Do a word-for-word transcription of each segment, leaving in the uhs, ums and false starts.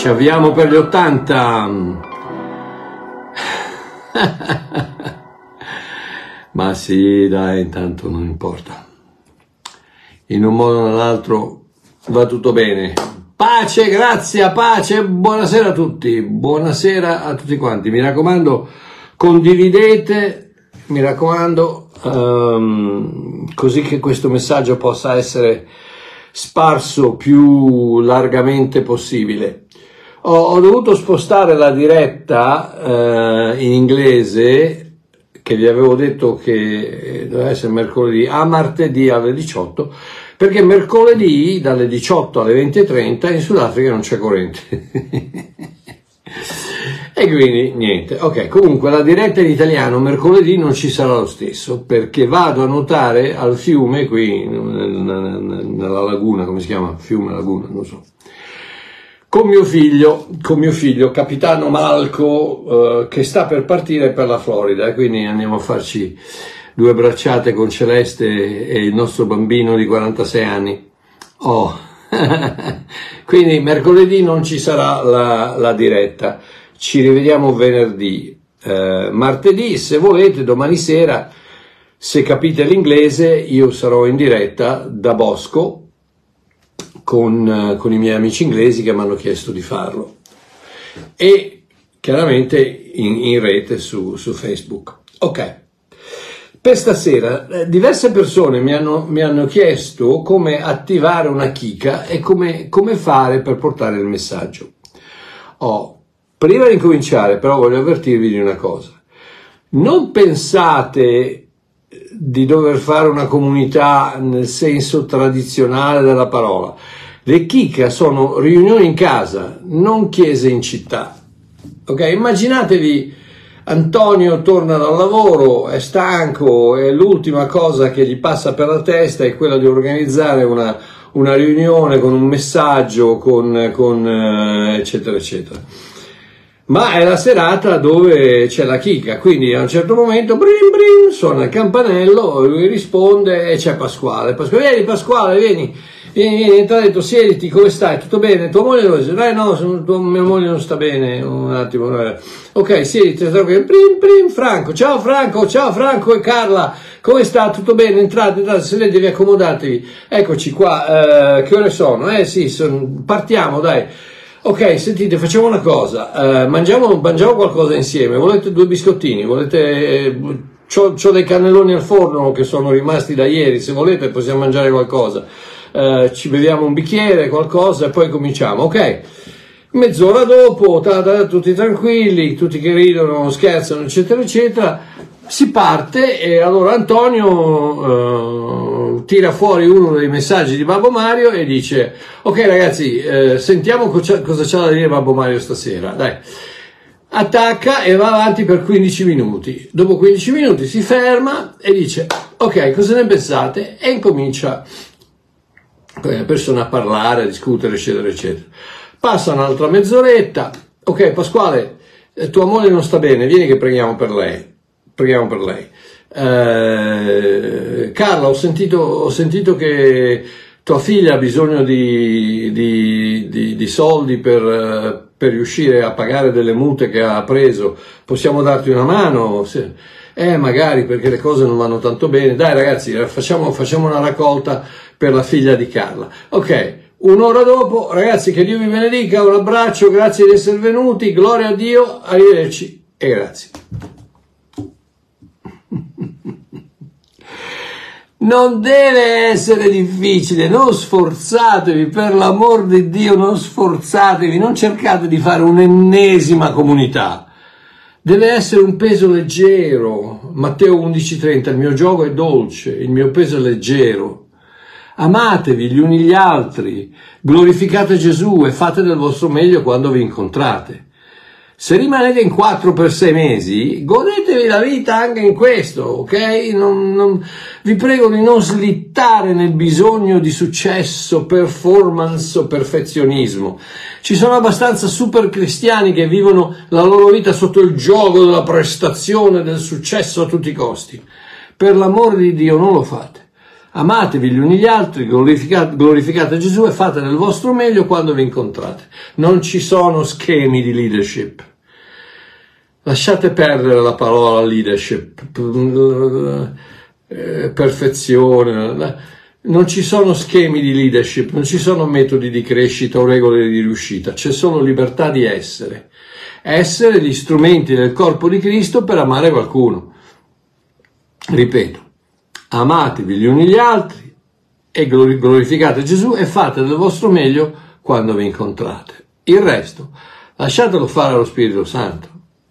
Ci avviamo per gli ottanta. Ma sì, dai, intanto non importa. In un modo o nell'altro va tutto bene. Pace, grazia, pace, buonasera a tutti. Buonasera a tutti quanti. Mi raccomando, condividete, mi raccomando, um, così che questo messaggio possa essere sparso più largamente possibile. Ho, ho dovuto spostare la diretta eh, in inglese, che vi avevo detto che doveva essere mercoledì, a martedì alle diciotto, perché mercoledì dalle diciotto alle venti e trenta in Sudafrica non c'è corrente. E quindi niente, ok, comunque la diretta in italiano mercoledì non ci sarà lo stesso, perché vado a nuotare al fiume qui, nella laguna, come si chiama? Fiume, laguna, non so, con mio figlio, con mio figlio, capitano Malco, eh, che sta per partire per la Florida, e quindi andiamo a farci due bracciate con Celeste e il nostro bambino di quarantasei anni. Oh, quindi mercoledì non ci sarà la, la diretta. Ci rivediamo venerdì, eh, martedì, se volete, domani sera, se capite l'inglese, io sarò in diretta da Bosco con, con i miei amici inglesi che mi hanno chiesto di farlo, e chiaramente in, in rete su, su Facebook. Ok, per stasera eh, diverse persone mi hanno, mi hanno chiesto come attivare una chicca e come, come fare per portare il messaggio. Oh, prima di incominciare, però, voglio avvertirvi di una cosa. Non pensate di dover fare una comunità nel senso tradizionale della parola. Le chicche sono riunioni in casa, non chiese in città. Ok? Immaginatevi Antonio torna dal lavoro, è stanco e l'ultima cosa che gli passa per la testa è quella di organizzare una, una riunione con un messaggio, con, con eccetera, eccetera. Ma è la serata dove c'è la chicca, quindi a un certo momento brin brin, suona il campanello, lui risponde e c'è Pasquale. Pasquale, vieni Pasquale, vieni, vieni, vieni, ti ha detto siediti, come stai, tutto bene? Tua moglie dove sei? Eh no, sono, tua, mia moglie non sta bene, un attimo. Ok, siediti, brin brin, Franco, ciao Franco, ciao Franco e Carla, come sta? Tutto bene? Entrate, entrate, sedetevi, accomodatevi. Eccoci qua, eh, che ore sono? Eh sì, son, partiamo, dai. Ok, sentite, facciamo una cosa, uh, mangiamo, mangiamo qualcosa insieme, volete due biscottini, volete, c'ho, c'ho dei cannelloni al forno che sono rimasti da ieri, se volete possiamo mangiare qualcosa, uh, ci beviamo un bicchiere, qualcosa e poi cominciamo, ok? Mezz'ora dopo, tada, tutti tranquilli, tutti che ridono, scherzano, eccetera, eccetera, si parte e allora Antonio uh, tira fuori uno dei messaggi di Babbo Mario e dice: ok ragazzi, eh, sentiamo cosa c'ha da dire Babbo Mario stasera, dai. Attacca e va avanti per quindici minuti. Dopo quindici minuti si ferma e dice: ok, cosa ne pensate? E incomincia la persona a parlare, a discutere, eccetera, eccetera. Passa un'altra mezz'oretta. Ok, Pasquale, tua moglie non sta bene, vieni che preghiamo per lei. Preghiamo per lei. Eh, Carla, ho sentito, ho sentito che tua figlia ha bisogno di, di, di, di soldi per, per riuscire a pagare delle mute che ha preso. Possiamo darti una mano? Se, eh, magari, perché le cose non vanno tanto bene. Dai ragazzi, facciamo, facciamo una raccolta per la figlia di Carla. Ok. Un'ora dopo, ragazzi, che Dio vi benedica, un abbraccio, grazie di essere venuti, gloria a Dio, arrivederci e grazie. Non deve essere difficile, non sforzatevi, per l'amor di Dio, non sforzatevi, non cercate di fare un'ennesima comunità. Deve essere un peso leggero. Matteo undici trenta, il mio giogo è dolce, il mio peso è leggero. Amatevi gli uni gli altri, glorificate Gesù e fate del vostro meglio quando vi incontrate. Se rimanete in quattro per sei mesi, godetevi la vita anche in questo, ok? Non, non, vi prego di non slittare nel bisogno di successo, performance o perfezionismo. Ci sono abbastanza super cristiani che vivono la loro vita sotto il gioco della prestazione, del successo a tutti i costi. Per l'amore di Dio non lo fate. Amatevi gli uni gli altri, glorificate, glorificate Gesù e fate del vostro meglio quando vi incontrate. Non ci sono schemi di leadership. Lasciate perdere la parola leadership, perfezione. Non ci sono schemi di leadership, non ci sono metodi di crescita o regole di riuscita, c'è solo libertà di essere. Essere gli strumenti del corpo di Cristo per amare qualcuno. Ripeto, amatevi gli uni gli altri e glorificate Gesù e fate del vostro meglio quando vi incontrate. Il resto lasciatelo fare allo Spirito Santo.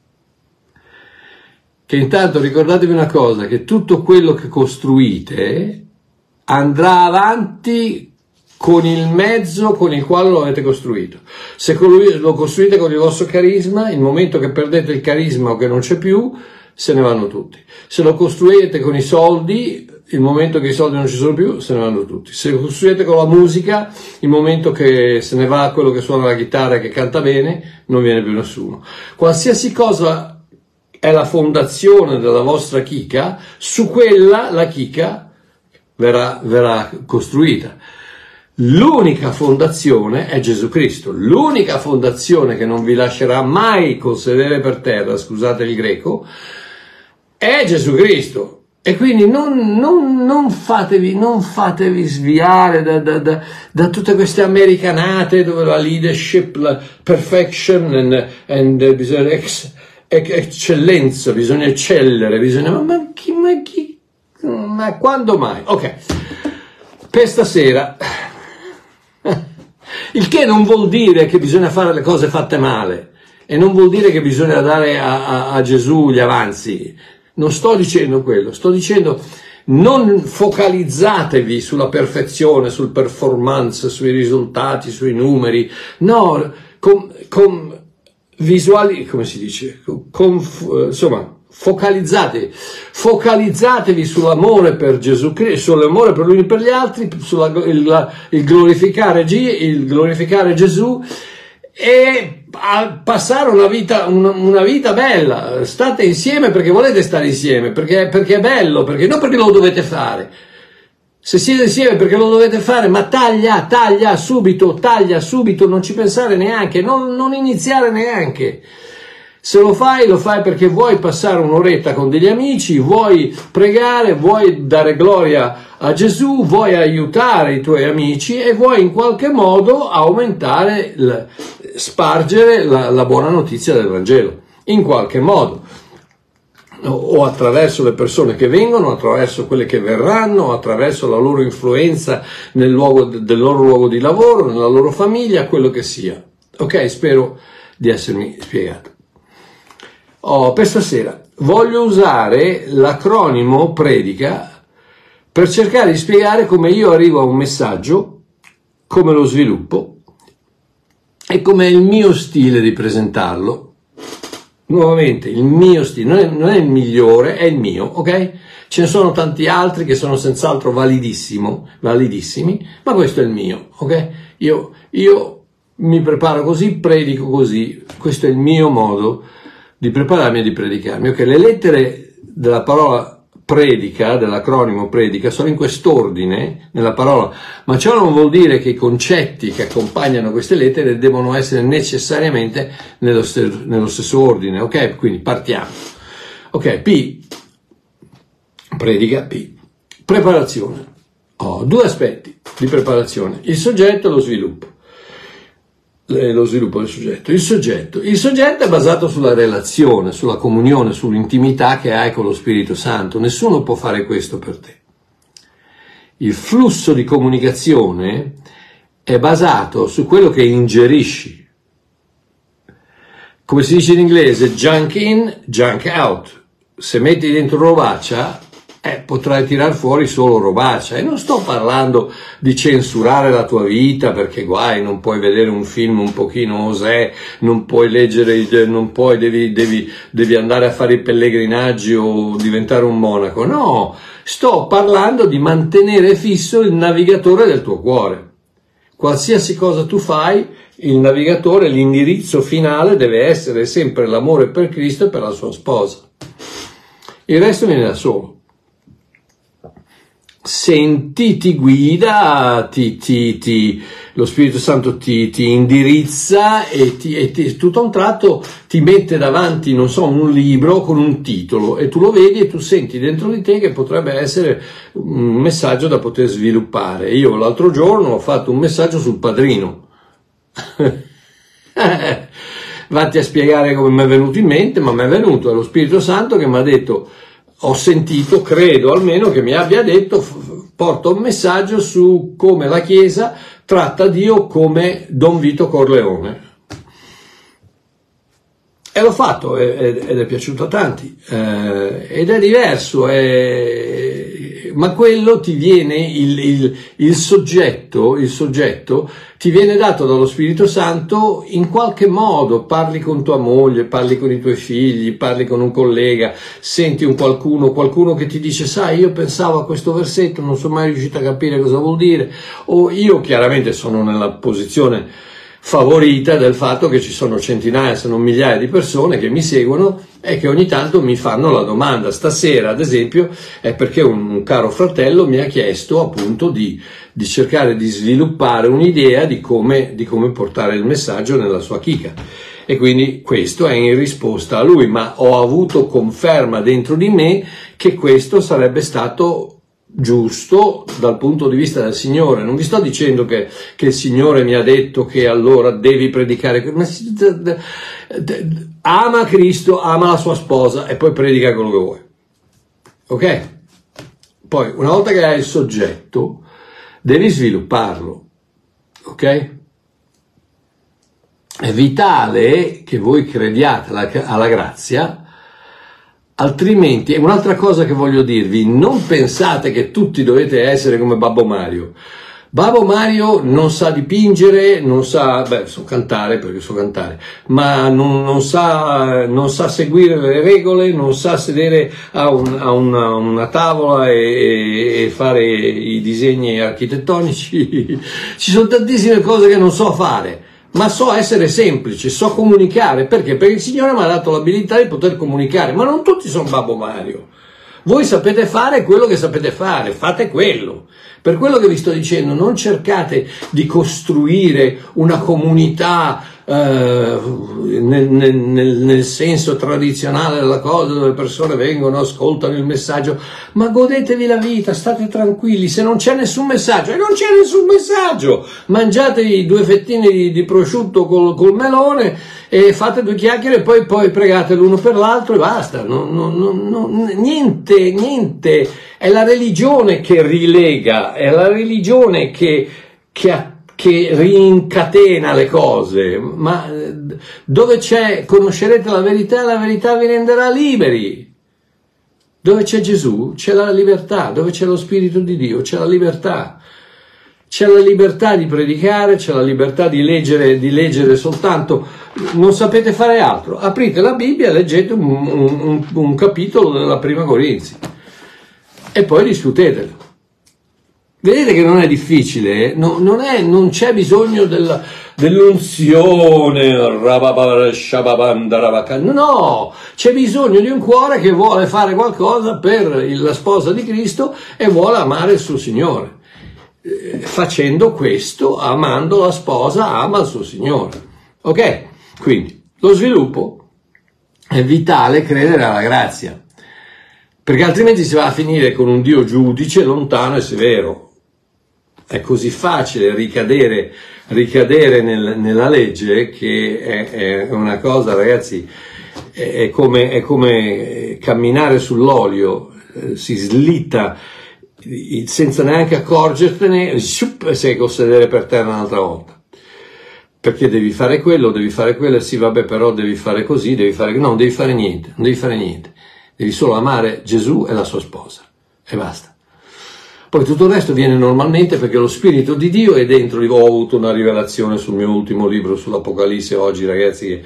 Che intanto ricordatevi una cosa, che tutto quello che costruite andrà avanti con il mezzo con il quale lo avete costruito. Se lo costruite con il vostro carisma, il momento che perdete il carisma o che non c'è più, se ne vanno tutti. Se lo costruite con i soldi, il momento che i soldi non ci sono più, se ne vanno tutti. Se lo costruite con la musica, il momento che se ne va quello che suona la chitarra e che canta bene, non viene più nessuno. Qualsiasi cosa è la fondazione della vostra chicca, su quella la chicca verrà, verrà costruita. L'unica fondazione è Gesù Cristo, l'unica fondazione che non vi lascerà mai col sedere per terra, scusate il greco, è Gesù Cristo. E quindi non, non, non, fatevi, non fatevi sviare da, da, da, da tutte queste americanate dove la leadership, la perfection and, and uh, bisogna ex, ex, eccellenza, bisogna eccellere, bisogna, ma, ma chi, ma chi, ma quando mai? Ok, per stasera, il che non vuol dire che bisogna fare le cose fatte male e non vuol dire che bisogna dare a, a, a Gesù gli avanzi. Non sto dicendo quello, sto dicendo non focalizzatevi sulla perfezione, sul performance, sui risultati, sui numeri, no, con, con visuali, come si dice, con, insomma, focalizzatevi, focalizzatevi sull'amore per Gesù Cristo, sull'amore per lui e per gli altri, sulla, il, il, glorificare, il glorificare Gesù e a passare una vita, una, una vita bella. State insieme perché volete stare insieme, perché, perché è bello, perché non perché lo dovete fare. Se siete insieme perché lo dovete fare, ma taglia, taglia subito, taglia subito, non ci pensare neanche, non, non iniziare neanche. Se lo fai, lo fai perché vuoi passare un'oretta con degli amici, vuoi pregare, vuoi dare gloria a Gesù, vuoi aiutare i tuoi amici e vuoi in qualche modo aumentare, il, spargere la, la buona notizia del Vangelo, in qualche modo, o attraverso le persone che vengono, attraverso quelle che verranno, attraverso la loro influenza nel luogo, del loro luogo di lavoro, nella loro famiglia, quello che sia. Ok, spero di essermi spiegato. Oh, per stasera voglio usare l'acronimo predica per cercare di spiegare come io arrivo a un messaggio, come lo sviluppo e come è il mio stile di presentarlo. Nuovamente, il mio stile, non è, non è il migliore, è il mio, ok? Ce ne sono tanti altri che sono senz'altro validissimo, validissimi, ma questo è il mio, ok? Io, io mi preparo così, predico così, questo è il mio modo di prepararmi e di predicarmi. Ok, le lettere della parola predica, dell'acronimo predica, sono in quest'ordine nella parola, ma ciò non vuol dire che i concetti che accompagnano queste lettere devono essere necessariamente nello, st- nello stesso ordine, ok? Quindi partiamo. Ok, P, predica, P. Preparazione. Ho due aspetti di preparazione, il soggetto e lo sviluppo. Lo sviluppo del soggetto. Il soggetto. Il soggetto è basato sulla relazione, sulla comunione, sull'intimità che hai con lo Spirito Santo. Nessuno può fare questo per te. Il flusso di comunicazione è basato su quello che ingerisci. Come si dice in inglese, junk in, junk out. Se metti dentro robaccia, eh, potrai tirar fuori solo robaccia. E non sto parlando di censurare la tua vita perché guai, non puoi vedere un film un pochino osè, non puoi leggere, non puoi, devi, devi, devi andare a fare i pellegrinaggi o diventare un monaco. No, sto parlando di mantenere fisso il navigatore del tuo cuore. Qualsiasi cosa tu fai, il navigatore, l'indirizzo finale deve essere sempre l'amore per Cristo e per la sua sposa. Il resto viene da solo. senti, ti guida, ti, ti, ti, lo Spirito Santo ti, ti indirizza e, ti, e ti, tutto a un tratto ti mette davanti, non so, un libro con un titolo e tu lo vedi e tu senti dentro di te che potrebbe essere un messaggio da poter sviluppare. Io l'altro giorno ho fatto un messaggio sul Padrino. Vatti a spiegare come mi è venuto in mente, ma mi è venuto, è lo Spirito Santo che mi ha detto, ho sentito, credo almeno che mi abbia detto, porta un messaggio su come la Chiesa tratta Dio come Don Vito Corleone. E l'ho fatto ed è piaciuto a tanti, eh, ed è diverso, è, ma quello ti viene, il, il, il soggetto, il soggetto ti viene dato dallo Spirito Santo in qualche modo, parli con tua moglie, parli con i tuoi figli, parli con un collega, senti un qualcuno, qualcuno che ti dice, sai, io pensavo a questo versetto, non sono mai riuscito a capire cosa vuol dire, o io chiaramente sono nella posizione favorita del fatto che ci sono centinaia se non migliaia di persone che mi seguono e che ogni tanto mi fanno la domanda. Stasera ad esempio è perché un, un caro fratello mi ha chiesto appunto di, di cercare di sviluppare un'idea di come, di come portare il messaggio nella sua chica, e quindi questo è in risposta a lui, ma ho avuto conferma dentro di me che questo sarebbe stato giusto dal punto di vista del Signore. Non vi sto dicendo che, che il Signore mi ha detto che allora devi predicare, ma ama Cristo, ama la sua sposa e poi predica quello che vuoi, ok? Poi una volta che hai il soggetto devi svilupparlo, ok? È vitale che voi crediate alla, alla grazia. Altrimenti, è un'altra cosa che voglio dirvi, non pensate che tutti dovete essere come Babbo Mario. Babbo Mario non sa dipingere, non sa, beh, so cantare perché so cantare, ma non, non sa, non sa seguire le regole, non sa sedere a, un, a una, una tavola e, e fare i disegni architettonici. Ci sono tantissime cose che non so fare. Ma so essere semplice, so comunicare, perché? Perché il Signore mi ha dato l'abilità di poter comunicare, ma non tutti sono Babbo Mario. Voi sapete fare quello che sapete fare, fate quello. Per quello che vi sto dicendo, non cercate di costruire una comunità eh, nel, nel, nel senso tradizionale della cosa, dove le persone vengono, ascoltano il messaggio, ma godetevi la vita, state tranquilli. Se non c'è nessun messaggio, e non c'è nessun messaggio, mangiate i due fettini di, di prosciutto col, col melone e fate due chiacchiere e poi, poi pregate l'uno per l'altro e basta. Non, non, non, non, niente, niente. È la religione che rilega, è la religione che, che, che rincatena le cose, ma dove c'è, conoscerete la verità, la verità vi renderà liberi. Dove c'è Gesù c'è la libertà, dove c'è lo Spirito di Dio c'è la libertà. C'è la libertà di predicare, c'è la libertà di leggere, di leggere soltanto. Non sapete fare altro, aprite la Bibbia e leggete un, un, un capitolo della Prima Corinzi e poi discutetelo. Vedete che non è difficile, eh? no, non, è, non c'è bisogno della, dell'unzione, no, c'è bisogno di un cuore che vuole fare qualcosa per la sposa di Cristo e vuole amare il suo Signore. Facendo questo, amando la sposa, ama il suo Signore. Ok? Quindi, lo sviluppo è vitale, credere alla grazia, perché altrimenti si va a finire con un Dio giudice, lontano e severo. È così facile ricadere, ricadere nel, nella legge che è, è una cosa, ragazzi, è, è, come, è come camminare sull'olio, eh, si slitta senza neanche accorgertene, sei col sedere per terra un'altra volta, perché devi fare quello, devi fare quello, sì vabbè però devi fare così, devi fare, no, non devi fare niente, non devi fare niente, devi solo amare Gesù e la sua sposa e basta. Poi tutto il resto viene normalmente perché lo Spirito di Dio è dentro. Io ho avuto una rivelazione sul mio ultimo libro sull'Apocalisse oggi, ragazzi, che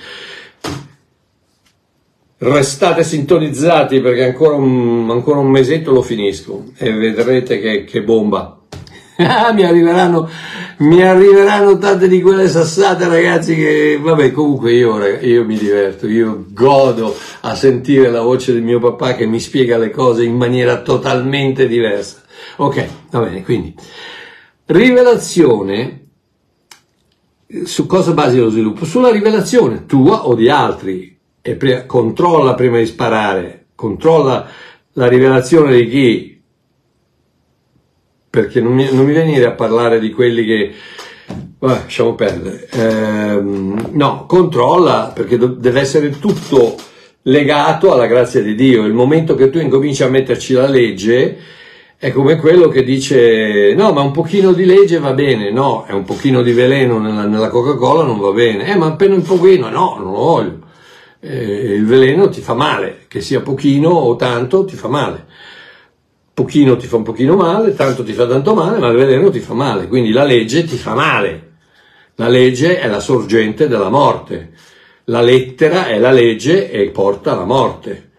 restate sintonizzati perché ancora un, ancora un mesetto lo finisco e vedrete che, che bomba. mi arriveranno mi arriveranno tante di quelle sassate, ragazzi, che vabbè, comunque io, io mi diverto, io godo a sentire la voce del mio papà che mi spiega le cose in maniera totalmente diversa. Ok, va bene, quindi rivelazione, su cosa basi lo sviluppo? Sulla rivelazione tua o di altri, e pre- controlla prima di sparare, controlla la rivelazione di chi, perché non mi, non mi venire a parlare di quelli che, vabbè, lasciamo perdere, ehm, no, controlla, perché do- deve essere tutto legato alla grazia di Dio. Il momento che tu incominci a metterci la legge è come quello che dice no, ma un pochino di legge va bene, no, è un pochino di veleno nella, nella Coca-Cola, non va bene, eh, ma appena un pochino, no, non lo voglio. Eh, il veleno ti fa male, che sia pochino o tanto ti fa male. Pochino ti fa un pochino male, tanto ti fa tanto male, ma il veleno ti fa male, quindi la legge ti fa male. La legge è la sorgente della morte, la lettera è la legge e porta alla morte.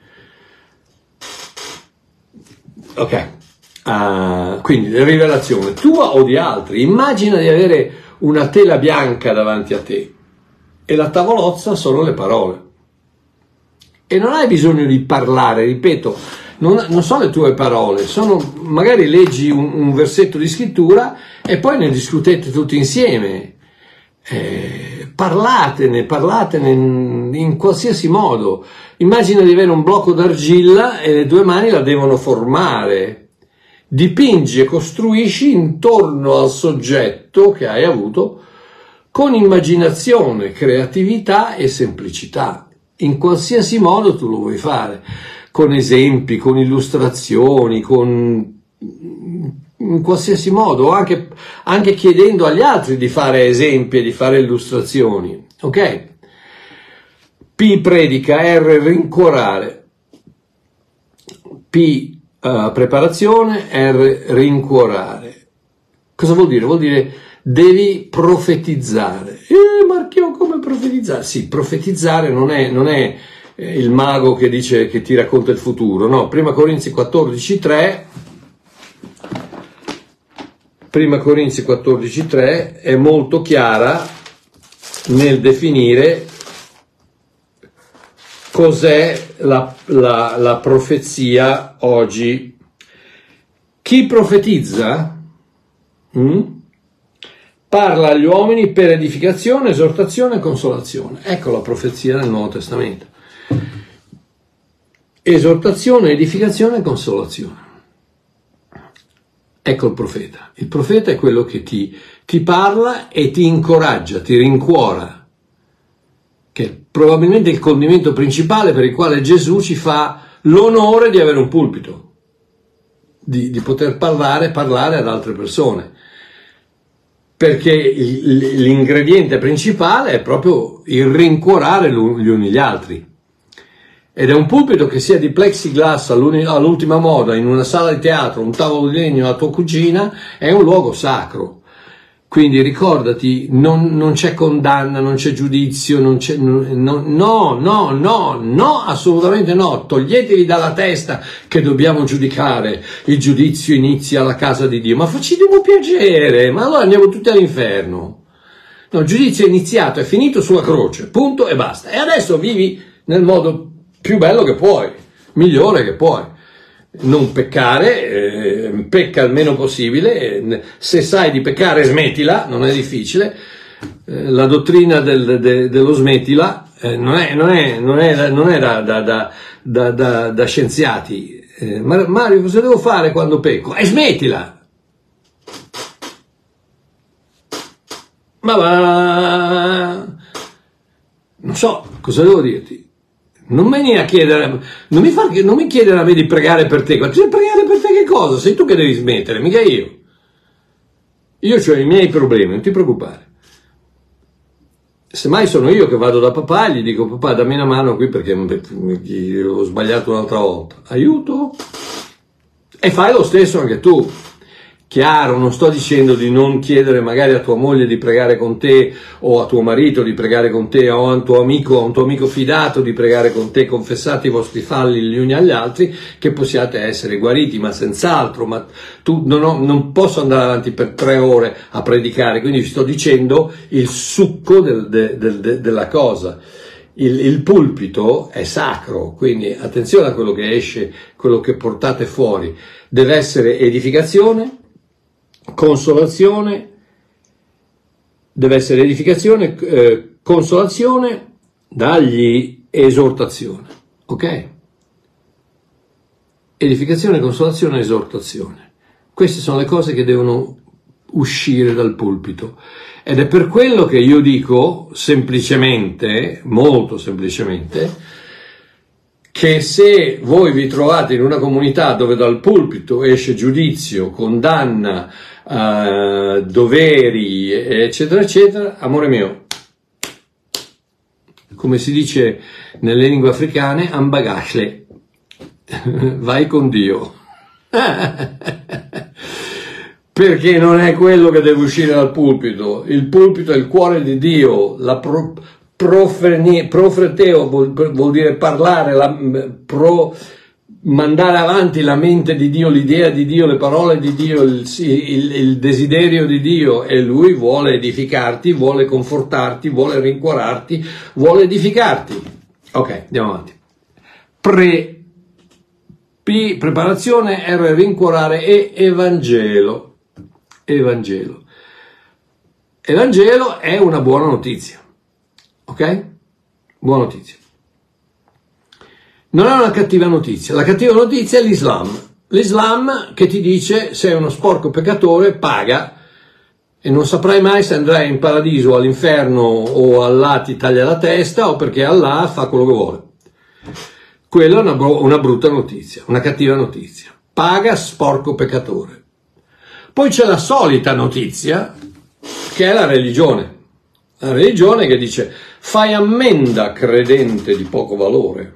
Ok. Uh, quindi rivelazione tua o di altri. Immagina di avere una tela bianca davanti a te e la tavolozza sono le parole e non hai bisogno di parlare, ripeto, non, non sono le tue parole, sono, magari leggi un, un versetto di scrittura e poi ne discutete tutti insieme, eh, parlatene, parlatene in, in qualsiasi modo. Immagina di avere un blocco d'argilla e le tue mani la devono formare. Dipingi e costruisci intorno al soggetto che hai avuto con immaginazione, creatività e semplicità. In qualsiasi modo tu lo vuoi fare, con esempi, con illustrazioni, con in qualsiasi modo, anche, anche chiedendo agli altri di fare esempi e di fare illustrazioni. Ok? P predica, R rincuorare, P Uh, preparazione, R rincuorare. Cosa vuol dire? Vuol dire devi profetizzare. Eh, Marchio, come profetizzare? Sì, profetizzare non è, non è eh, il mago che dice, che ti racconta il futuro, no. Prima Corinzi quattordici tre, Prima Corinzi quattordici tre è molto chiara nel definire cos'è la, la, la profezia oggi. Chi profetizza mh, parla agli uomini per edificazione, esortazione e consolazione. Ecco la profezia nel Nuovo Testamento. Esortazione, edificazione e consolazione. Ecco il profeta. Il profeta è quello che ti, ti parla e ti incoraggia, ti rincuora, che è probabilmente il condimento principale per il quale Gesù ci fa l'onore di avere un pulpito, di, di poter parlare, parlare ad altre persone, perché il, l'ingrediente principale è proprio il rincuorare gli uni gli altri. Ed è un pulpito che sia di plexiglass all'ultima moda, in una sala di teatro, un tavolo di legno a tua cugina, è un luogo sacro. Quindi ricordati, non, non c'è condanna, non c'è giudizio, non c'è, no, no, no, no, no, assolutamente no, toglietevi dalla testa che dobbiamo giudicare, il giudizio inizia alla casa di Dio, ma facciamo un piacere, ma allora andiamo tutti all'inferno. No, il giudizio è iniziato, è finito sulla croce, punto e basta, e adesso vivi nel modo più bello che puoi, migliore che puoi. Non peccare, eh, pecca il meno possibile, eh, se sai di peccare smettila, non è difficile, eh, la dottrina del, de, dello smettila eh, non è, non è, non è, non è da, da, da, da, da, da scienziati. Eh, Mario, cosa devo fare quando pecco? E eh, smettila! Ma va, non so, cosa devo dirti? Non mi a chiedere, non mi, fa, non mi chiedere a me di pregare per te, ma tu pregare per te che cosa? Sei tu che devi smettere, mica io. Io ho i miei problemi, non ti preoccupare. Semmai sono io che vado da papà e gli dico: papà, dammi una mano qui perché ho sbagliato un'altra volta. Aiuto? E fai lo stesso anche tu. Chiaro, non sto dicendo di non chiedere magari a tua moglie di pregare con te, o a tuo marito di pregare con te, o a un tuo amico, a un tuo amico fidato di pregare con te, confessate i vostri falli gli uni agli altri, che possiate essere guariti, ma senz'altro, ma tu non, ho, non posso andare avanti per tre ore a predicare, quindi vi sto dicendo il succo del, de, del, de, della cosa. il, il pulpito è sacro, quindi attenzione a quello che esce, quello che portate fuori. Deve essere edificazione, consolazione, deve essere edificazione, eh, consolazione, dagli esortazione, ok? Edificazione, consolazione, esortazione. Queste sono le cose che devono uscire dal pulpito. Ed è per quello che io dico semplicemente, molto semplicemente, che se voi vi trovate in una comunità dove dal pulpito esce giudizio, condanna, eh, doveri, eccetera, eccetera, amore mio, come si dice nelle lingue africane, ambagashle, vai con Dio. Perché non è quello che deve uscire dal pulpito. Il pulpito è il cuore di Dio. La pro, profreteo vuol, vuol dire parlare, la, pro, mandare avanti la mente di Dio, l'idea di Dio, le parole di Dio, il, il, il desiderio di Dio, e Lui vuole edificarti, vuole confortarti, vuole rincuorarti, vuole edificarti. Ok, andiamo avanti. Pre P, preparazione, R, rincuorare, e Evangelo. Evangelo. Evangelo è una buona notizia, ok? Buona notizia. Non è una cattiva notizia. La cattiva notizia è l'Islam. L'Islam che ti dice sei uno sporco peccatore, paga, e non saprai mai se andrai in paradiso o all'inferno, o Allah ti taglia la testa, o perché Allah fa quello che vuole. Quella è una, una brutta notizia, una cattiva notizia. Paga, sporco peccatore. Poi c'è la solita notizia, che è la religione. La religione che dice, fai ammenda, credente di poco valore.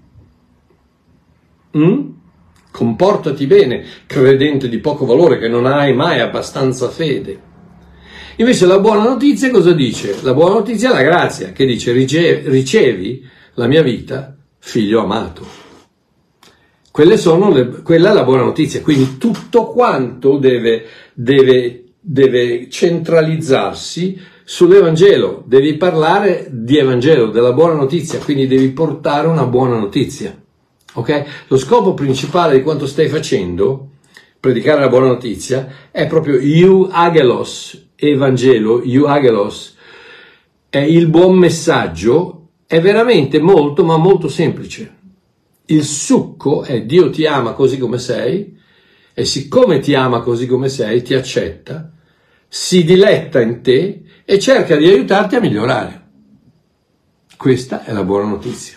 Mm? Comportati bene, credente di poco valore, che non hai mai abbastanza fede. Invece la buona notizia cosa dice? La buona notizia è la grazia, che dice, ricevi la mia vita, figlio amato. Quelle sono le, quella è la buona notizia, quindi tutto quanto deve, deve, deve centralizzarsi sull'Evangelo, devi parlare di Evangelo, della buona notizia, quindi devi portare una buona notizia, ok? Lo scopo principale di quanto stai facendo, predicare la buona notizia, è proprio euangelos, Evangelo, euangelos, è il buon messaggio, è veramente molto ma molto semplice. Il succo è Dio ti ama così come sei, e siccome ti ama così come sei, ti accetta, si diletta in te e cerca di aiutarti a migliorare. Questa è la buona notizia.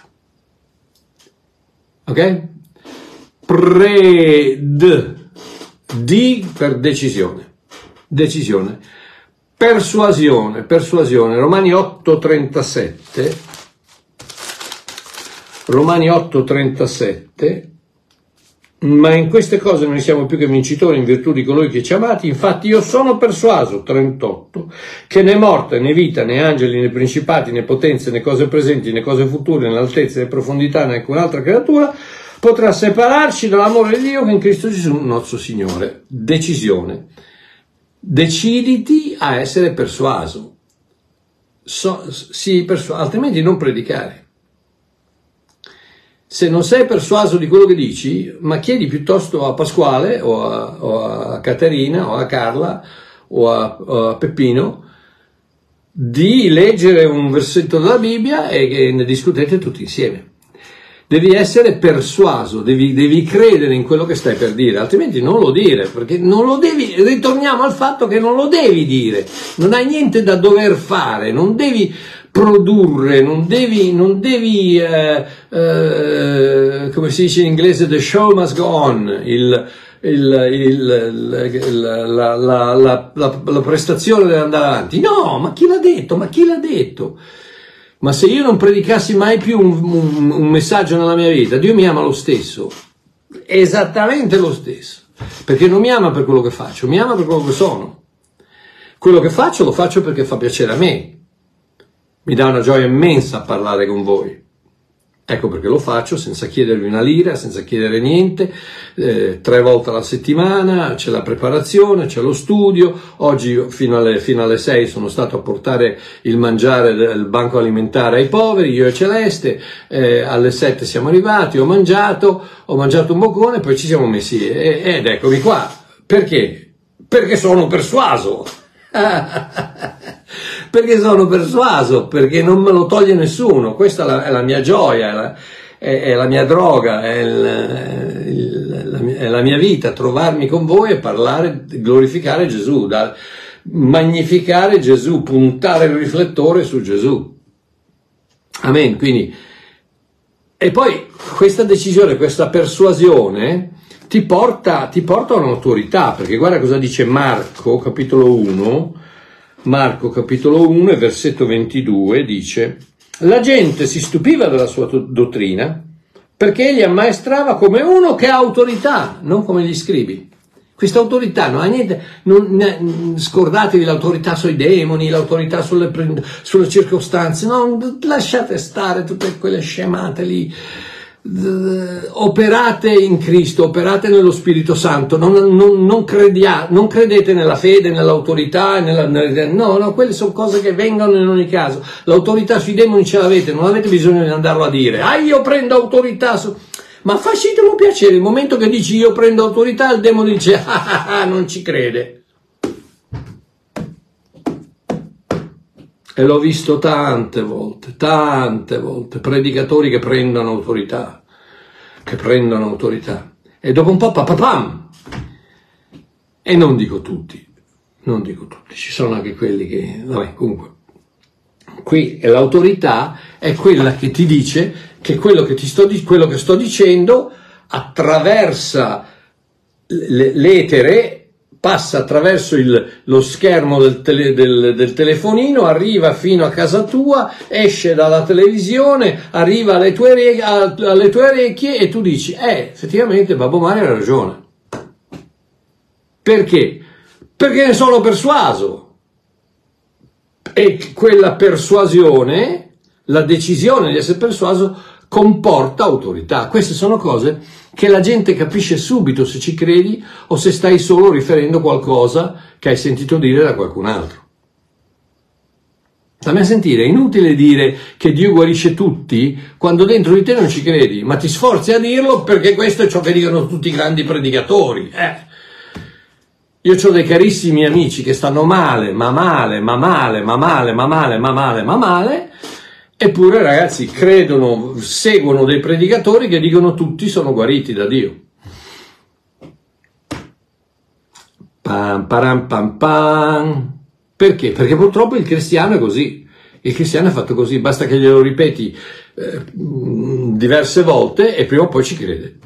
Ok? Pred, D per decisione. Decisione. Persuasione, persuasione. Romani otto trentasette. Romani otto trentasette, ma in queste cose noi siamo più che vincitori in virtù di colui che ci ha amati. Infatti io sono persuaso, trentotto, che né morte, né vita, né angeli, né principati, né potenze, né cose presenti, né cose future, né altezze, né profondità, né alcun'altra creatura potrà separarci dall'amore di Dio che in Cristo Gesù nostro Signore. Decisione. Deciditi a essere persuaso. So, sì, persu- altrimenti non predicare. Se non sei persuaso di quello che dici, ma chiedi piuttosto a Pasquale o a, o a Caterina o a Carla o a, o a Peppino di leggere un versetto della Bibbia e che ne discutete tutti insieme. Devi essere persuaso, devi, devi credere in quello che stai per dire, altrimenti non lo dire, perché non lo devi, ritorniamo al fatto che non lo devi dire, non hai niente da dover fare, non devi produrre, non devi, non devi eh, eh, come si dice in inglese, the show must go on, il, il, il, il, la, la, la, la, la prestazione deve andare avanti. No, ma chi l'ha detto? Ma chi l'ha detto? Ma se io non predicassi mai più un, un, un messaggio nella mia vita, Dio mi ama lo stesso, esattamente lo stesso, perché non mi ama per quello che faccio, mi ama per quello che sono. Quello che faccio lo faccio perché fa piacere a me. Mi dà una gioia immensa parlare con voi. Ecco perché lo faccio senza chiedervi una lira, senza chiedere niente, eh, tre volte alla settimana, c'è la preparazione, c'è lo studio. Oggi fino alle, fino alle sei sono stato a portare il mangiare del banco alimentare ai poveri, io e Celeste, eh, alle sette siamo arrivati, ho mangiato, ho mangiato un boccone, poi ci siamo messi, eh, ed eccomi qua. Perché? Perché sono persuaso. Perché sono persuaso, perché non me lo toglie nessuno. Questa è la, è la mia gioia, è la, è, è la mia droga, è, il, il, la, mia, è la mia vita, trovarmi con voi e parlare, glorificare Gesù, da, magnificare Gesù, puntare il riflettore su Gesù. Amen. Quindi, e poi questa decisione, questa persuasione ti porta, ti porta a un'autorità, perché guarda cosa dice Marco, capitolo uno, Marco capitolo uno e versetto ventidue, dice: la gente si stupiva della sua dottrina perché egli ammaestrava come uno che ha autorità, non come gli scribi. Questa autorità non ha niente, non, scordatevi l'autorità sui demoni, l'autorità sulle, sulle circostanze, no, lasciate stare tutte quelle scemate lì. Operate in Cristo, operate nello Spirito Santo, non, non, non, credia, non credete nella fede, nell'autorità, nella, nella, no, no, quelle sono cose che vengono in ogni caso. L'autorità sui demoni ce l'avete, non avete bisogno di andarlo a dire, ah io prendo autorità, su... ma facetelo piacere, il momento che dici io prendo autorità, il demone dice ah, ah, non ci crede. E l'ho visto tante volte, tante volte, predicatori che prendono autorità, che prendono autorità. E dopo un po' papapam! E non dico tutti, non dico tutti, ci sono anche quelli che, vabbè, comunque. Qui l'autorità è quella che ti dice che quello che, ti sto, quello che sto dicendo attraversa l'etere, passa attraverso il, lo schermo del, tele, del, del telefonino, arriva fino a casa tua, esce dalla televisione, arriva alle tue, orecchie, alle tue orecchie e tu dici, eh, effettivamente Babbo Mario ha ragione. Perché? Perché ne sono persuaso. E quella persuasione, la decisione di essere persuaso, comporta autorità. Queste sono cose che la gente capisce subito se ci credi o se stai solo riferendo qualcosa che hai sentito dire da qualcun altro. Stammi a sentire, è inutile dire che Dio guarisce tutti quando dentro di te non ci credi, ma ti sforzi a dirlo perché questo è ciò che dicono tutti i grandi predicatori. Eh. Io ho dei carissimi amici che stanno male, ma male, ma male, ma male, ma male, ma male, ma male, eppure ragazzi credono, seguono dei predicatori che dicono tutti sono guariti da Dio. Pam, param, pam, pam. Perché? Perché purtroppo il cristiano è così. Il cristiano è fatto così, basta che glielo ripeti eh, diverse volte e prima o poi ci crede.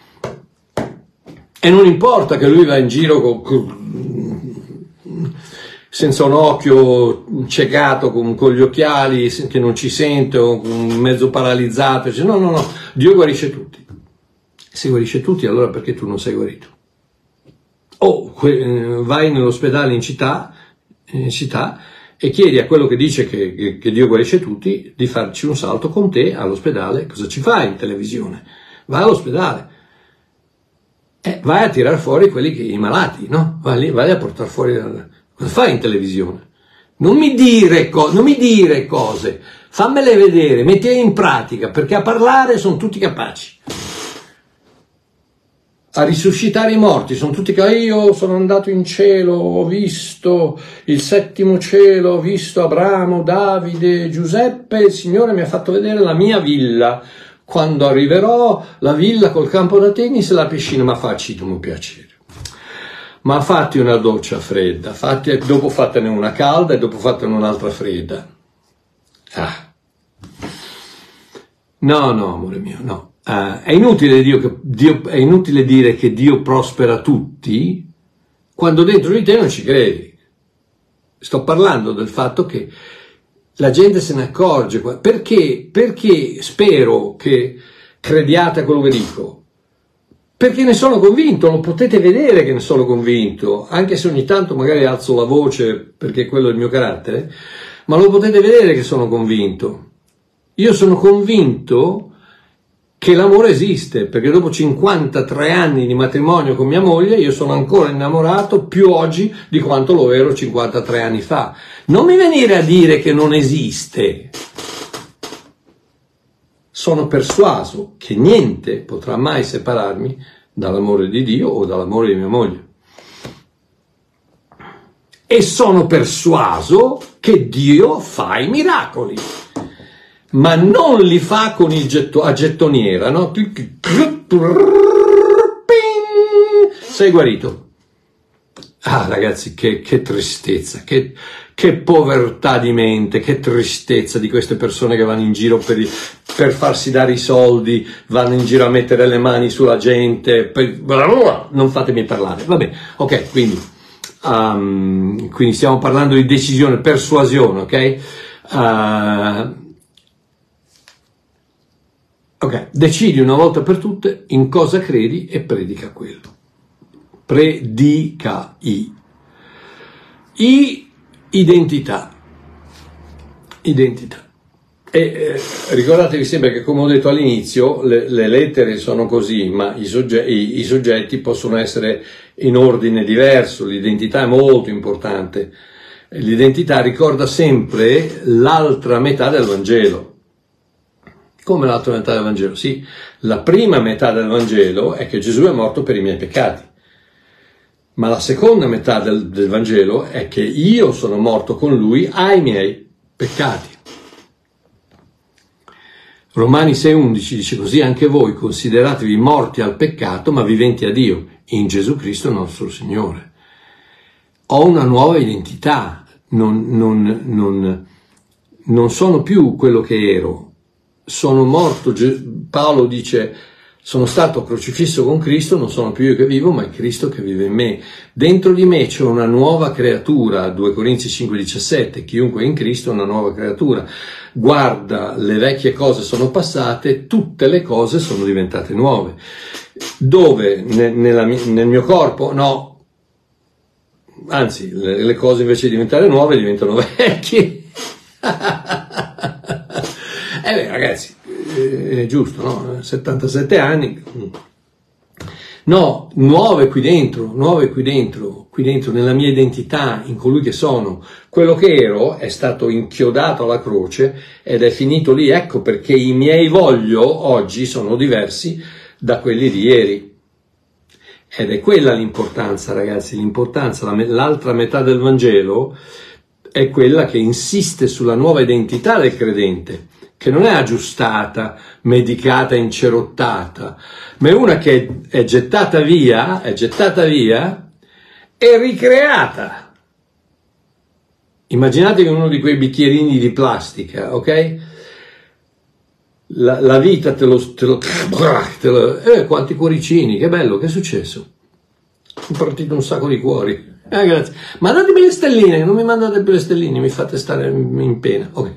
E non importa che lui va in giro con, con, senza un occhio, ciecato, con, con gli occhiali, che non ci sente, o con mezzo paralizzato. Dice, no, no, no, Dio guarisce tutti. Se guarisce tutti, allora perché tu non sei guarito? O vai nell'ospedale in città, in città e chiedi a quello che dice che, che, che Dio guarisce tutti di farci un salto con te all'ospedale. Cosa ci fai in televisione? Vai all'ospedale. Eh, vai a tirar fuori quelli che i malati, no? Vai, lì, vai a portare fuori. Cosa fai in televisione? Non mi dire, co- non mi dire cose, fammele vedere, mettile in pratica, perché a parlare sono tutti capaci. A risuscitare i morti sono tutti capaci. Io sono andato in cielo, ho visto il settimo cielo, ho visto Abramo, Davide, Giuseppe, il Signore mi ha fatto vedere la mia villa. Quando arriverò, la villa col campo da tennis e la piscina, ma facci un piacere. Ma fatti una doccia fredda, fatti, dopo fatene una calda e dopo fatene un'altra fredda. Ah. No, no, amore mio, no. Uh, è, inutile Dio che, Dio, è inutile dire che Dio prospera tutti quando dentro di te non ci credi. Sto parlando del fatto che la gente se ne accorge. Perché? Perché spero che crediate a quello che dico. Perché ne sono convinto, lo potete vedere che ne sono convinto, anche se ogni tanto magari alzo la voce perché quello è il mio carattere, ma lo potete vedere che sono convinto. Io sono convinto che l'amore esiste, perché dopo cinquantatré anni di matrimonio con mia moglie io sono ancora innamorato più oggi di quanto lo ero cinquantatré anni fa. Non mi venire a dire che non esiste. Sono persuaso che niente potrà mai separarmi dall'amore di Dio o dall'amore di mia moglie. E sono persuaso che Dio fa i miracoli, ma non li fa con il getto, a gettoniera, no? Sei guarito. Ah, ragazzi, che, che tristezza, che, che povertà di mente, che tristezza di queste persone che vanno in giro per, per farsi dare i soldi, vanno in giro a mettere le mani sulla gente, per, non fatemi parlare. Vabbè, ok, quindi, um, quindi stiamo parlando di decisione, persuasione, ok? Uh, ok, decidi una volta per tutte in cosa credi e predica quello. Predica i. I identità. Identità. E eh, ricordatevi sempre che, come ho detto all'inizio, le, le lettere sono così, ma i, sogge- i, i soggetti possono essere in ordine diverso. L'identità è molto importante. L'identità ricorda sempre l'altra metà del Vangelo. Come l'altra metà del Vangelo? Sì, la prima metà del Vangelo è che Gesù è morto per i miei peccati. Ma la seconda metà del, del Vangelo è che io sono morto con lui ai miei peccati. Romani sei undici dice così: anche voi consideratevi morti al peccato ma viventi a Dio in Gesù Cristo nostro Signore. Ho una nuova identità, non, non, non, non sono più quello che ero, sono morto. Paolo dice: sono stato crocifisso con Cristo, non sono più io che vivo, ma è Cristo che vive in me. Dentro di me c'è una nuova creatura, due Corinzi cinque diciassette, chiunque è in Cristo è una nuova creatura. Guarda, le vecchie cose sono passate, tutte le cose sono diventate nuove. Dove? Ne, nella, nel mio corpo? No. Anzi, le, le cose invece di diventare nuove diventano vecchie. Eh beh, ragazzi, è giusto, no? settantasette anni. No, nuove qui dentro, nuove qui dentro, qui dentro, nella mia identità, in colui che sono. Quello che ero è stato inchiodato alla croce ed è finito lì. Ecco perché i miei voglio oggi sono diversi da quelli di ieri. Ed è quella l'importanza, ragazzi, l'importanza, l'altra metà del Vangelo è quella che insiste sulla nuova identità del credente, che non è aggiustata, medicata, incerottata, ma è una che è gettata via, è gettata via e ricreata. Immaginatevi uno di quei bicchierini di plastica, ok? La, la vita te lo... Te lo, te lo eh, quanti cuoricini, che bello, che è successo? Ho partito un sacco di cuori. Eh, grazie. Mandatemi le stelline, non mi mandate più le stelline, mi fate stare in pena. Ok.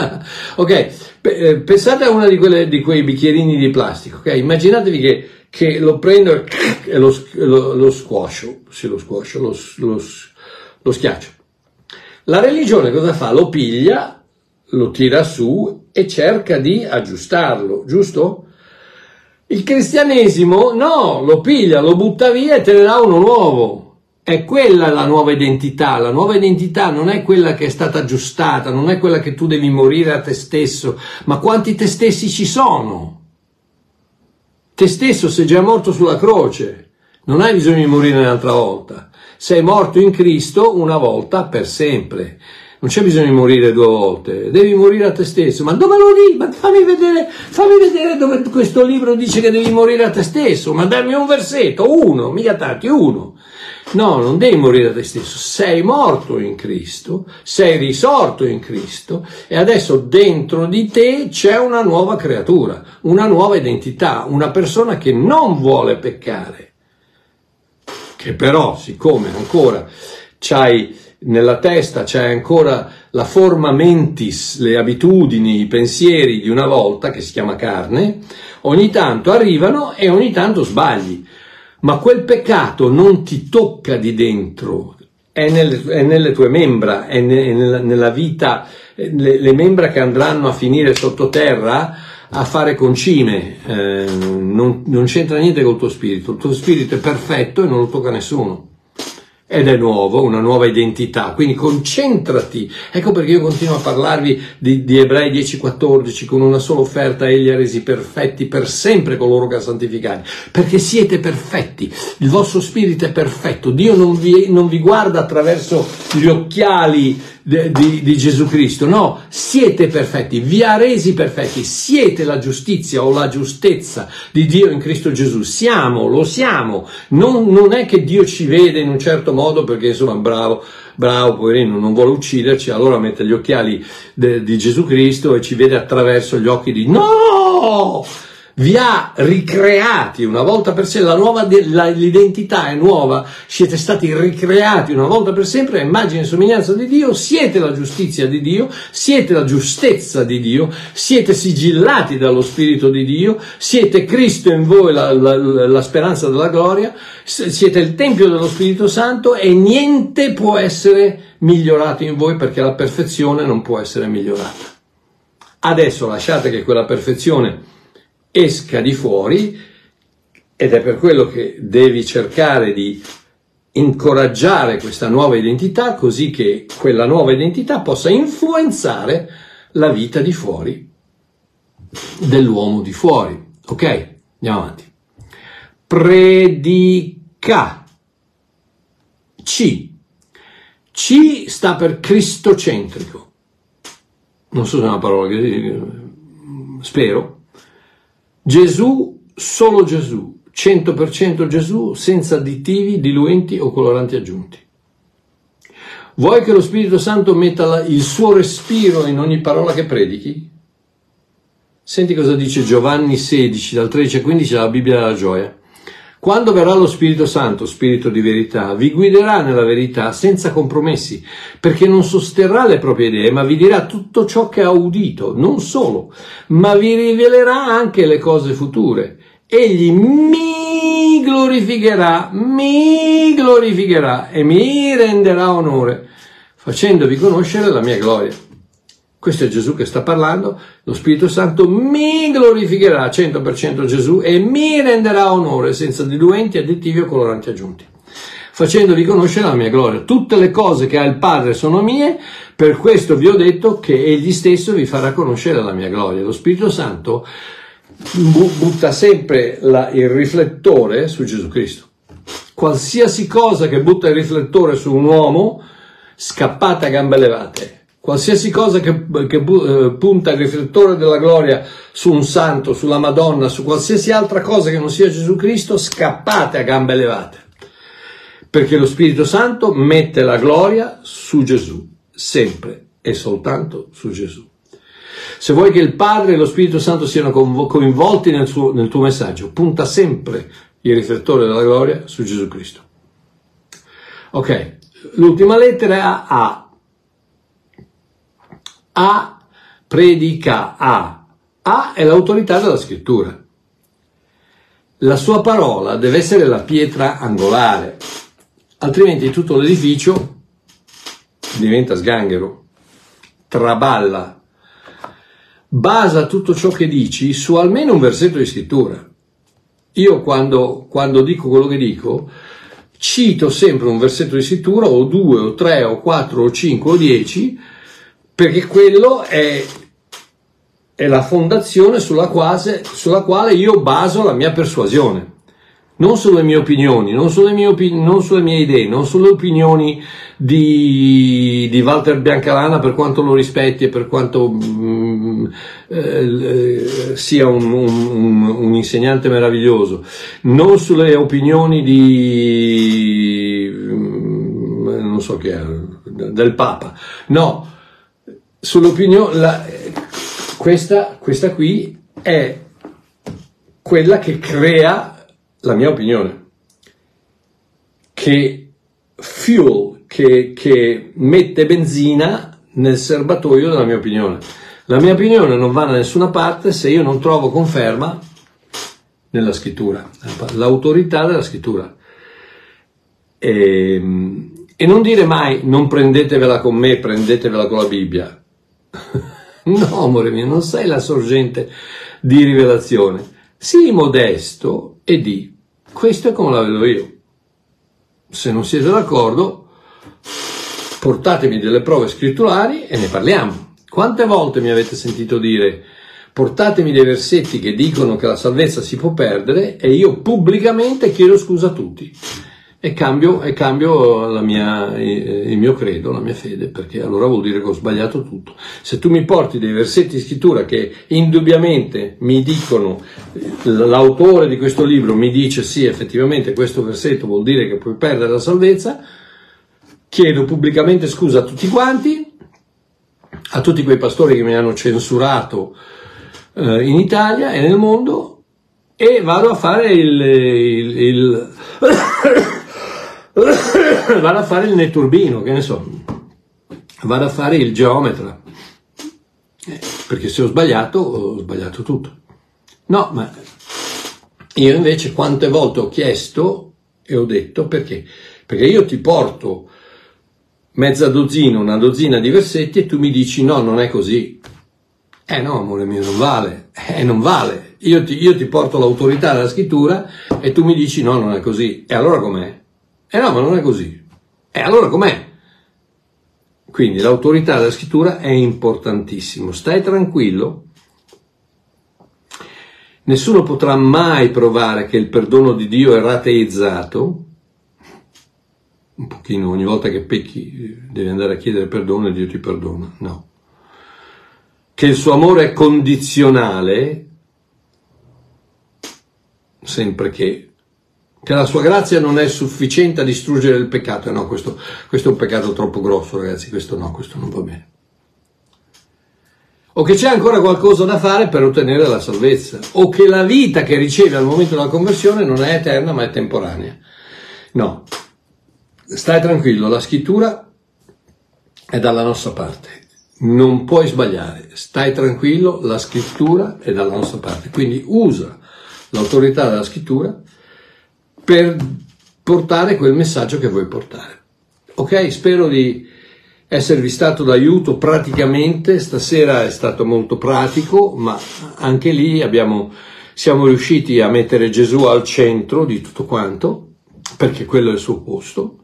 Ok, pensate a una di, quelle, di quei bicchierini di plastica, ok? Immaginatevi che, che lo prendo e lo, lo, lo squascio, sì, lo squascio, lo, lo, lo schiaccio. La religione cosa fa? Lo piglia, lo tira su e cerca di aggiustarlo, giusto? Il cristianesimo no, lo piglia, lo butta via e te ne dà uno nuovo. È quella la nuova identità. La nuova identità non è quella che è stata aggiustata, non è quella che tu devi morire a te stesso, ma quanti te stessi ci sono? Te stesso sei già morto sulla croce, non hai bisogno di morire un'altra volta. Sei morto in Cristo una volta per sempre. Non c'è bisogno di morire due volte, devi morire a te stesso. Ma dove lo dici? Ma fammi vedere, fammi vedere dove questo libro dice che devi morire a te stesso. Ma dammi un versetto, uno, mica tanti, uno. No, non devi morire a te stesso, sei morto in Cristo, sei risorto in Cristo e adesso dentro di te c'è una nuova creatura, una nuova identità, una persona che non vuole peccare, che però, siccome ancora c'hai nella testa, c'è ancora la forma mentis, le abitudini, i pensieri di una volta, che si chiama carne, ogni tanto arrivano e ogni tanto sbagli. Ma quel peccato non ti tocca di dentro, è nelle, è nelle tue membra, è ne, nella, nella vita, le, le membra che andranno a finire sottoterra a fare concime, eh, non, non c'entra niente col tuo spirito, il tuo spirito è perfetto e non lo tocca nessuno. Ed è nuovo, una nuova identità, quindi concentrati. Ecco perché io continuo a parlarvi di, di Ebrei dieci quattordici, con una sola offerta egli ha resi perfetti per sempre coloro che ha santificati, perché siete perfetti, il vostro spirito è perfetto, Dio non vi, non vi guarda attraverso gli occhiali di, di, di Gesù Cristo, no, siete perfetti, vi ha resi perfetti, siete la giustizia o la giustezza di Dio in Cristo Gesù, siamo, lo siamo, non, non è che Dio ci vede in un certo modo perché insomma bravo, bravo, poverino, non vuole ucciderci, allora mette gli occhiali de, di Gesù Cristo e ci vede attraverso gli occhi di no! Vi ha ricreati una volta per sempre, la nuova la, l'identità è nuova, siete stati ricreati una volta per sempre a immagine e somiglianza di Dio, siete la giustizia di Dio, siete la giustezza di Dio, siete sigillati dallo Spirito di Dio, siete Cristo in voi, la, la, la speranza della gloria, siete il Tempio dello Spirito Santo e niente può essere migliorato in voi perché la perfezione non può essere migliorata. Adesso lasciate che quella perfezione esca di fuori ed è per quello che devi cercare di incoraggiare questa nuova identità così che quella nuova identità possa influenzare la vita di fuori dell'uomo di fuori. Ok? Andiamo avanti. Predica. C. C sta per cristocentrico. Non so se è una parola che spero. Gesù, solo Gesù, cento per cento Gesù, senza additivi, diluenti o coloranti aggiunti. Vuoi che lo Spirito Santo metta la, il suo respiro in ogni parola che predichi? Senti cosa dice Giovanni sedici, dal tredici al quindici, dalla Bibbia della Gioia. Quando verrà lo Spirito Santo, Spirito di verità, vi guiderà nella verità senza compromessi, perché non sosterrà le proprie idee, ma vi dirà tutto ciò che ha udito, non solo, ma vi rivelerà anche le cose future. Egli mi glorificherà, mi glorificherà e mi renderà onore, facendovi conoscere la mia gloria. Questo è Gesù che sta parlando, lo Spirito Santo mi glorificherà, cento per cento Gesù, e mi renderà onore, senza diluenti, additivi o coloranti aggiunti, facendovi conoscere la mia gloria. Tutte le cose che ha il Padre sono mie, per questo vi ho detto che Egli stesso vi farà conoscere la mia gloria. Lo Spirito Santo butta sempre la, il riflettore su Gesù Cristo. Qualsiasi cosa che butta il riflettore su un uomo, scappate a gambe levate. Qualsiasi cosa che, che uh, punta il riflettore della gloria su un santo, sulla Madonna, su qualsiasi altra cosa che non sia Gesù Cristo, scappate a gambe levate. Perché lo Spirito Santo mette la gloria su Gesù, sempre e soltanto su Gesù. Se vuoi che il Padre e lo Spirito Santo siano coinvolti nel, suo, nel tuo messaggio, punta sempre il riflettore della gloria su Gesù Cristo. Ok, l'ultima lettera è A. A predica A. A è l'autorità della scrittura. La sua parola deve essere la pietra angolare, altrimenti tutto l'edificio diventa sganghero, traballa. Basa tutto ciò che dici su almeno un versetto di scrittura. Io quando, quando dico quello che dico, cito sempre un versetto di scrittura, o due, o tre, o quattro, o cinque, o dieci, perché quello è, è la fondazione sulla quale, sulla quale io baso la mia persuasione. Non sulle mie opinioni, non sulle mie, opi- non sulle mie idee, non sulle opinioni di, di Walter Biancalana, per quanto lo rispetti e per quanto mm, eh, sia un, un, un insegnante meraviglioso, non sulle opinioni di, mm, non so chi è, del Papa, no, sull'opinione, la, questa, questa qui è quella che crea la mia opinione, che fuel, che, che mette benzina nel serbatoio della mia opinione. La mia opinione non va da nessuna parte se io non trovo conferma nella scrittura, l'autorità della scrittura. E, e non dire mai non prendetevela con me, prendetevela con la Bibbia. No, amore mio, non sei la sorgente di rivelazione. Sii modesto e di, questo è come la vedo io. Se non siete d'accordo, portatemi delle prove scritturali e ne parliamo. Quante volte mi avete sentito dire portatemi dei versetti che dicono che la salvezza si può perdere e io pubblicamente chiedo scusa a tutti e cambio, e cambio la mia, il mio credo, la mia fede, perché allora vuol dire che ho sbagliato tutto. Se tu mi porti dei versetti di scrittura che indubbiamente mi dicono, l'autore di questo libro mi dice sì, effettivamente questo versetto vuol dire che puoi perdere la salvezza, chiedo pubblicamente scusa a tutti quanti, a tutti quei pastori che mi hanno censurato eh, in Italia e nel mondo, e vado a fare il, il, il vado a fare il netturbino, che ne so, vado a fare il geometra, eh, perché se ho sbagliato ho sbagliato tutto. No, ma io invece quante volte ho chiesto e ho detto perché? Perché io ti porto mezza dozzina, una dozzina di versetti e tu mi dici no, non è così. Eh no, amore mio, non vale, eh non vale. Io ti, io ti porto l'autorità della scrittura e tu mi dici no, non è così. E allora com'è? Eh no, ma non è così. E allora com'è? Quindi l'autorità della scrittura è importantissimo. Stai tranquillo. Nessuno potrà mai provare che il perdono di Dio è rateizzato. Un pochino, ogni volta che pecchi devi andare a chiedere perdono e Dio ti perdona. No. Che il suo amore è condizionale, sempre che, che la sua grazia non è sufficiente a distruggere il peccato. No, questo, questo è un peccato troppo grosso, ragazzi, questo no, questo non va bene. O che c'è ancora qualcosa da fare per ottenere la salvezza, o che la vita che ricevi al momento della conversione non è eterna ma è temporanea. No, stai tranquillo, la scrittura è dalla nostra parte. Non puoi sbagliare, stai tranquillo, la scrittura è dalla nostra parte, quindi usa l'autorità della scrittura per portare quel messaggio che vuoi portare. Ok, spero di esservi stato d'aiuto praticamente, stasera è stato molto pratico, ma anche lì abbiamo, siamo riusciti a mettere Gesù al centro di tutto quanto, perché quello è il suo posto.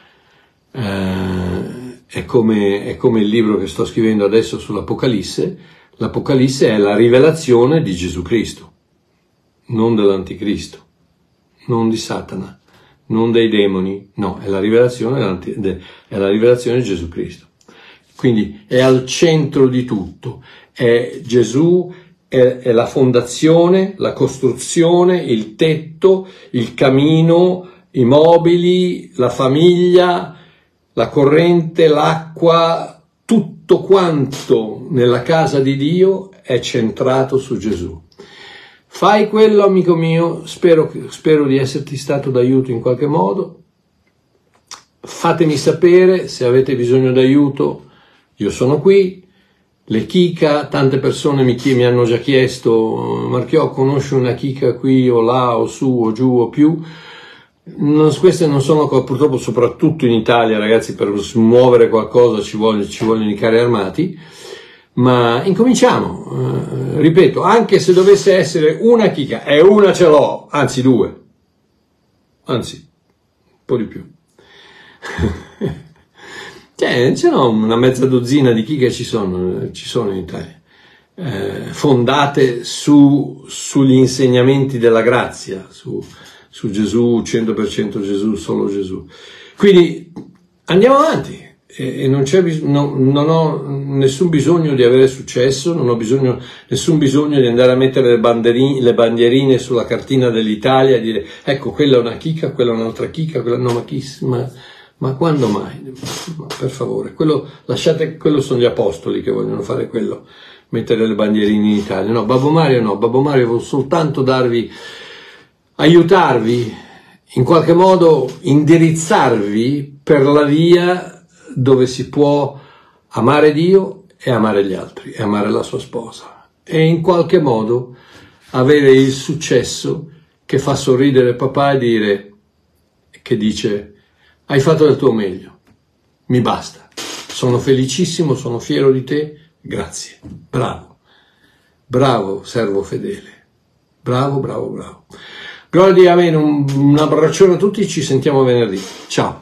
Eh, È come, è come il libro che sto scrivendo adesso sull'Apocalisse. L'Apocalisse è la rivelazione di Gesù Cristo, non dell'Anticristo, non di Satana, non dei demoni, no, è la rivelazione, è la rivelazione di Gesù Cristo. Quindi è al centro di tutto, è Gesù, è, è la fondazione, la costruzione, il tetto, il camino, i mobili, la famiglia, la corrente, l'acqua, tutto quanto nella casa di Dio è centrato su Gesù. Fai quello, amico mio, spero, spero di esserti stato d'aiuto in qualche modo. Fatemi sapere se avete bisogno d'aiuto, io sono qui. Le chicca, tante persone mi, mi hanno già chiesto, Marchiò, conosci una chicca qui o là o su o giù o più? Non, queste non sono, purtroppo, soprattutto in Italia, ragazzi, per smuovere qualcosa ci vogliono, ci vogliono i carri armati, ma incominciamo, uh, ripeto, anche se dovesse essere una chicca, e una ce l'ho, anzi due, anzi, un po' di più. Cioè, ce n'ho una mezza dozzina di chicche ci sono, ci sono in Italia, eh, fondate su, sugli insegnamenti della grazia, su su Gesù, cento per cento Gesù, solo Gesù. Quindi andiamo avanti e, e non, c'è bis- no, non ho nessun bisogno di avere successo, non ho bisogno, nessun bisogno di andare a mettere le, banderini, le bandierine sulla cartina dell'Italia e dire ecco, quella è una chicca, quella è un'altra chicca, quella no, ma chi, ma, ma quando mai? Ma per favore, quello, lasciate, quello sono gli apostoli che vogliono fare quello, mettere le bandierine in Italia. No, Babbo Mario no, Babbo Mario vuole soltanto darvi, aiutarvi, in qualche modo indirizzarvi per la via dove si può amare Dio e amare gli altri, e amare la sua sposa, e in qualche modo avere il successo che fa sorridere papà e dire, che dice, hai fatto del tuo meglio, mi basta, sono felicissimo, sono fiero di te, Grazie, bravo, bravo servo fedele, bravo, bravo, bravo. Gloria a bene, un, un abbraccione a tutti, ci sentiamo venerdì, ciao.